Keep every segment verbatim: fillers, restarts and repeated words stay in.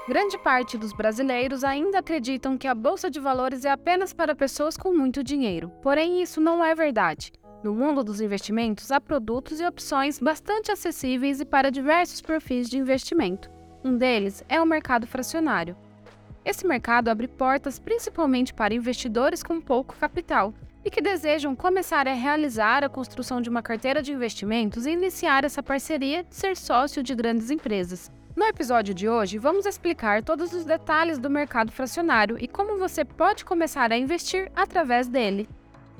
Grande parte dos brasileiros ainda acreditam que a bolsa de valores é apenas para pessoas com muito dinheiro. Porém, isso não é verdade. No mundo dos investimentos, há produtos e opções bastante acessíveis e para diversos perfis de investimento. Um deles é o mercado fracionário. Esse mercado abre portas principalmente para investidores com pouco capital e que desejam começar a realizar a construção de uma carteira de investimentos e iniciar essa parceria de ser sócio de grandes empresas. No episódio de hoje, vamos explicar todos os detalhes do mercado fracionário e como você pode começar a investir através dele.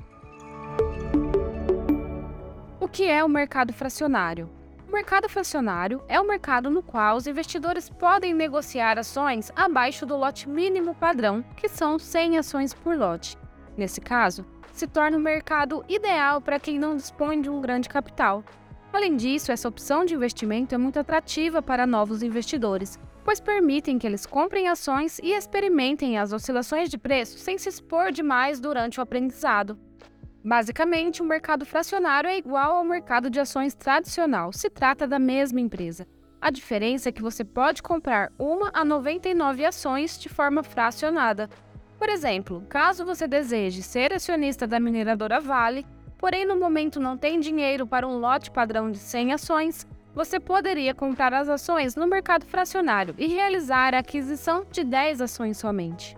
O que é o mercado fracionário? O mercado fracionário é o mercado no qual os investidores podem negociar ações abaixo do lote mínimo padrão, que são cem ações por lote. Nesse caso, se torna um mercado ideal para quem não dispõe de um grande capital. Além disso, essa opção de investimento é muito atrativa para novos investidores, pois permitem que eles comprem ações e experimentem as oscilações de preço sem se expor demais durante o aprendizado. Basicamente, o mercado fracionário é igual ao mercado de ações tradicional, se trata da mesma empresa. A diferença é que você pode comprar uma a noventa e nove ações de forma fracionada. Por exemplo, caso você deseje ser acionista da mineradora Vale, porém no momento não tem dinheiro para um lote padrão de cem ações, você poderia comprar as ações no mercado fracionário e realizar a aquisição de dez ações somente.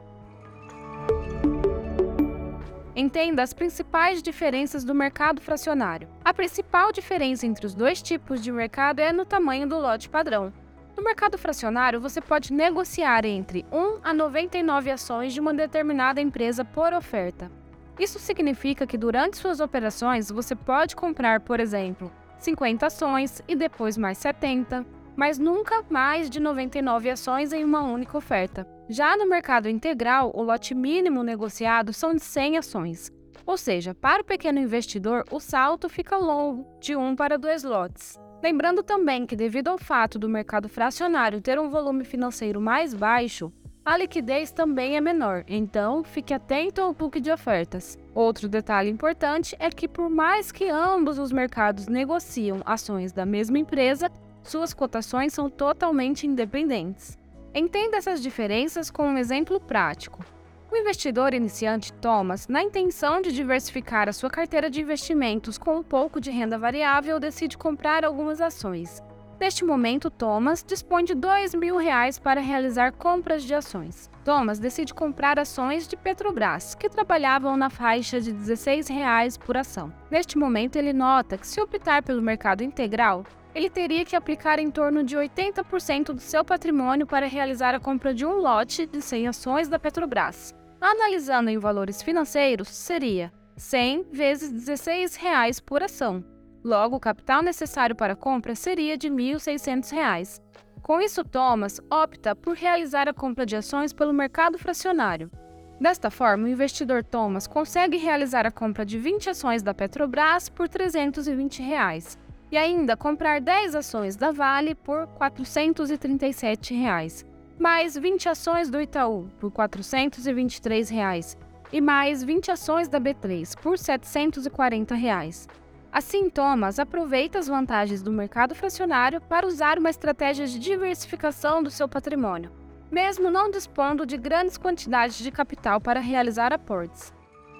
Entenda as principais diferenças do mercado fracionário. A principal diferença entre os dois tipos de mercado é no tamanho do lote padrão. No mercado fracionário, você pode negociar entre um a noventa e nove ações de uma determinada empresa por oferta. Isso significa que durante suas operações você pode comprar, por exemplo, cinquenta ações e depois mais setenta, mas nunca mais de noventa e nove ações em uma única oferta. Já no mercado integral, o lote mínimo negociado são de cem ações. Ou seja, para o pequeno investidor, o salto fica longo, de um para dois lotes. Lembrando também que, devido ao fato do mercado fracionário ter um volume financeiro mais baixo, a liquidez também é menor, então fique atento ao book de ofertas. Outro detalhe importante é que, por mais que ambos os mercados negociam ações da mesma empresa, suas cotações são totalmente independentes. Entenda essas diferenças com um exemplo prático. O investidor iniciante Thomas, na intenção de diversificar a sua carteira de investimentos com um pouco de renda variável, decide comprar algumas ações. Neste momento, Thomas dispõe de dois mil reais para realizar compras de ações. Thomas decide comprar ações de Petrobras, que trabalhavam na faixa de dezesseis reais por ação. Neste momento, ele nota que, se optar pelo mercado integral, ele teria que aplicar em torno de oitenta por cento do seu patrimônio para realizar a compra de um lote de cem ações da Petrobras. Analisando em valores financeiros, seria cem vezes dezesseis reais por ação. Logo, o capital necessário para a compra seria de mil e seiscentos reais. Com isso, Thomas opta por realizar a compra de ações pelo mercado fracionário. Desta forma, o investidor Thomas consegue realizar a compra de vinte ações da Petrobras por trezentos e vinte reais e ainda comprar dez ações da Vale por quatrocentos e trinta e sete reais, mais vinte ações do Itaú por quatrocentos e vinte e três reais e mais vinte ações da B três por setecentos e quarenta reais. Assim, Thomas aproveita as vantagens do mercado fracionário para usar uma estratégia de diversificação do seu patrimônio, mesmo não dispondo de grandes quantidades de capital para realizar aportes.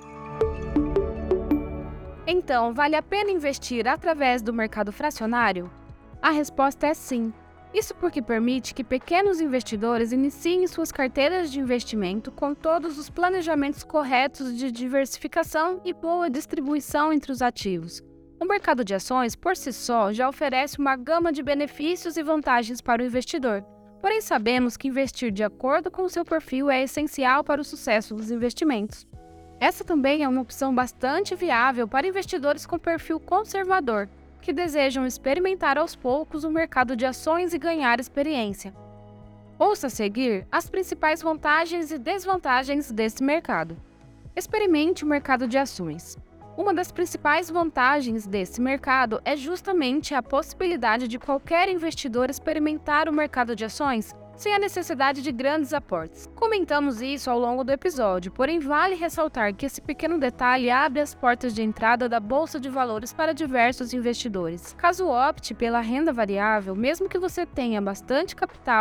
Então, vale a pena investir através do mercado fracionário? A resposta é sim. Isso porque permite que pequenos investidores iniciem suas carteiras de investimento com todos os planejamentos corretos de diversificação e boa distribuição entre os ativos. O mercado de ações, por si só, já oferece uma gama de benefícios e vantagens para o investidor. Porém, sabemos que investir de acordo com o seu perfil é essencial para o sucesso dos investimentos. Essa também é uma opção bastante viável para investidores com perfil conservador, que desejam experimentar aos poucos o mercado de ações e ganhar experiência. Ouça a seguir as principais vantagens e desvantagens desse mercado. Experimente o mercado de ações. Uma das principais vantagens desse mercado é justamente a possibilidade de qualquer investidor experimentar o mercado de ações sem a necessidade de grandes aportes. Comentamos isso ao longo do episódio, porém vale ressaltar que esse pequeno detalhe abre as portas de entrada da Bolsa de Valores para diversos investidores. Caso opte pela renda variável, mesmo que você tenha bastante capital,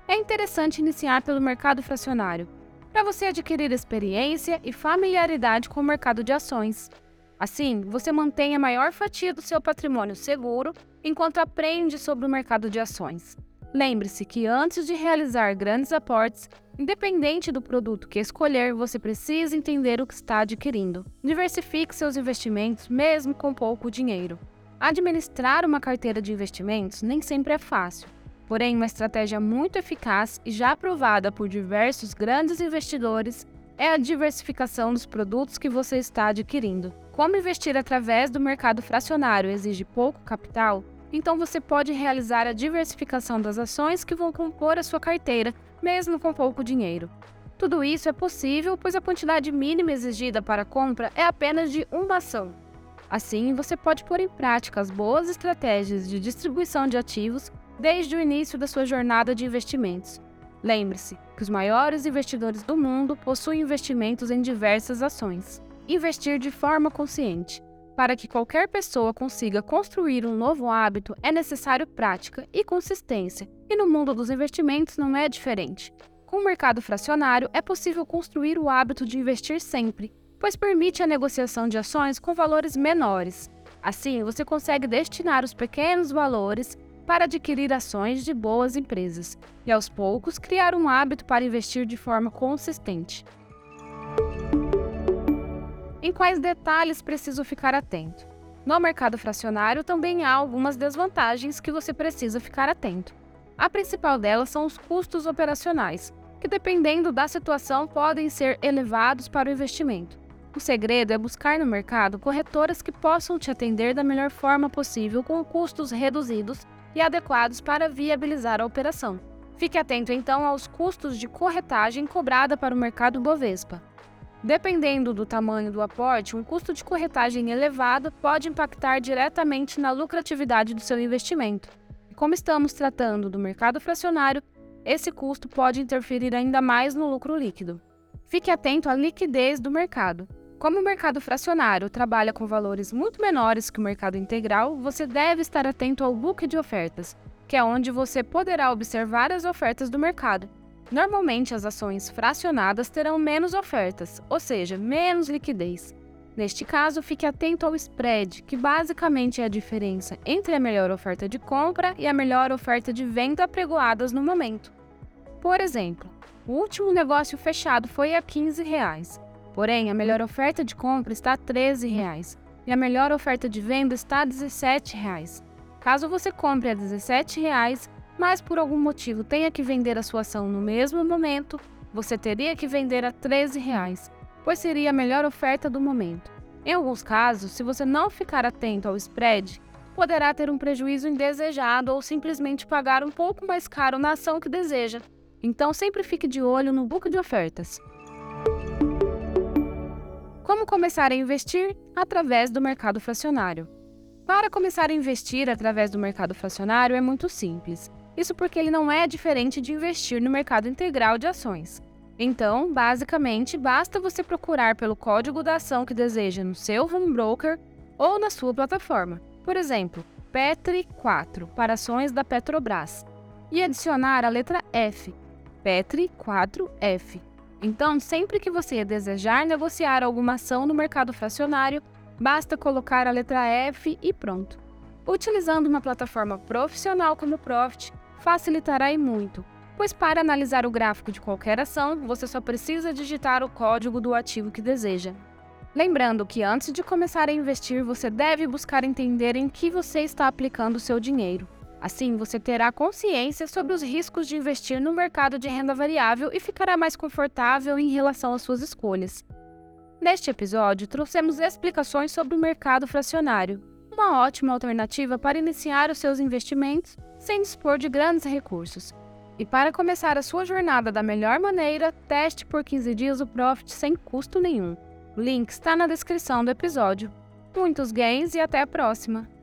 É interessante iniciar pelo mercado fracionário, para você adquirir experiência e familiaridade com o mercado de ações. Assim, você mantém a maior fatia do seu patrimônio seguro enquanto aprende sobre o mercado de ações. Lembre-se que antes de realizar grandes aportes, independente do produto que escolher, você precisa entender o que está adquirindo. Diversifique seus investimentos mesmo com pouco dinheiro. Administrar uma carteira de investimentos nem sempre é fácil. Porém, uma estratégia muito eficaz e já aprovada por diversos grandes investidores é a diversificação dos produtos que você está adquirindo. Como investir através do mercado fracionário exige pouco capital, então você pode realizar a diversificação das ações que vão compor a sua carteira, mesmo com pouco dinheiro. Tudo isso é possível, pois a quantidade mínima exigida para a compra é apenas de uma ação. Assim, você pode pôr em prática as boas estratégias de distribuição de ativos desde o início da sua jornada de investimentos. Lembre-se que os maiores investidores do mundo possuem investimentos em diversas ações. Investir de forma consciente. Para que qualquer pessoa consiga construir um novo hábito, é necessário prática e consistência, e no mundo dos investimentos não é diferente. Com o mercado fracionário, é possível construir o hábito de investir sempre, pois permite a negociação de ações com valores menores. Assim, você consegue destinar os pequenos valores para adquirir ações de boas empresas, e aos poucos criar um hábito para investir de forma consistente. Em quais detalhes preciso ficar atento? No mercado fracionário também há algumas desvantagens que você precisa ficar atento. A principal delas são os custos operacionais, que dependendo da situação podem ser elevados para o investimento. O segredo é buscar no mercado corretoras que possam te atender da melhor forma possível com custos reduzidos e adequados para viabilizar a operação. Fique atento então aos custos de corretagem cobrada para o mercado Bovespa. Dependendo do tamanho do aporte, um custo de corretagem elevado pode impactar diretamente na lucratividade do seu investimento. E como estamos tratando do mercado fracionário, esse custo pode interferir ainda mais no lucro líquido. Fique atento à liquidez do mercado. Como o mercado fracionário trabalha com valores muito menores que o mercado integral, você deve estar atento ao book de ofertas, que é onde você poderá observar as ofertas do mercado. Normalmente, as ações fracionadas terão menos ofertas, ou seja, menos liquidez. Neste caso, fique atento ao spread, que basicamente é a diferença entre a melhor oferta de compra e a melhor oferta de venda apregoadas no momento. Por exemplo, o último negócio fechado foi a quinze reais, porém a melhor oferta de compra está a treze reais e a melhor oferta de venda está a dezessete reais. Caso você compre a dezessete reais, mas por algum motivo tenha que vender a sua ação no mesmo momento, você teria que vender a treze reais, pois seria a melhor oferta do momento. Em alguns casos, se você não ficar atento ao spread, poderá ter um prejuízo indesejado ou simplesmente pagar um pouco mais caro na ação que deseja. Então sempre fique de olho no book de ofertas. Como começar a investir? Através do mercado fracionário. Para começar a investir através do mercado fracionário é muito simples. Isso porque ele não é diferente de investir no mercado integral de ações. Então, basicamente, basta você procurar pelo código da ação que deseja no seu home broker ou na sua plataforma. Por exemplo, P E T R I quatro para ações da Petrobras e adicionar a letra F, P E T R I quatro F. Então, sempre que você desejar negociar alguma ação no mercado fracionário, basta colocar a letra F e pronto. Utilizando uma plataforma profissional como o Profit, facilitará e muito, pois para analisar o gráfico de qualquer ação, você só precisa digitar o código do ativo que deseja. Lembrando que antes de começar a investir, você deve buscar entender em que você está aplicando o seu dinheiro. Assim, você terá consciência sobre os riscos de investir no mercado de renda variável e ficará mais confortável em relação às suas escolhas. Neste episódio, trouxemos explicações sobre o mercado fracionário, uma ótima alternativa para iniciar os seus investimentos sem dispor de grandes recursos. E para começar a sua jornada da melhor maneira, teste por quinze dias o Profit sem custo nenhum. O link está na descrição do episódio. Muitos ganhos e até a próxima!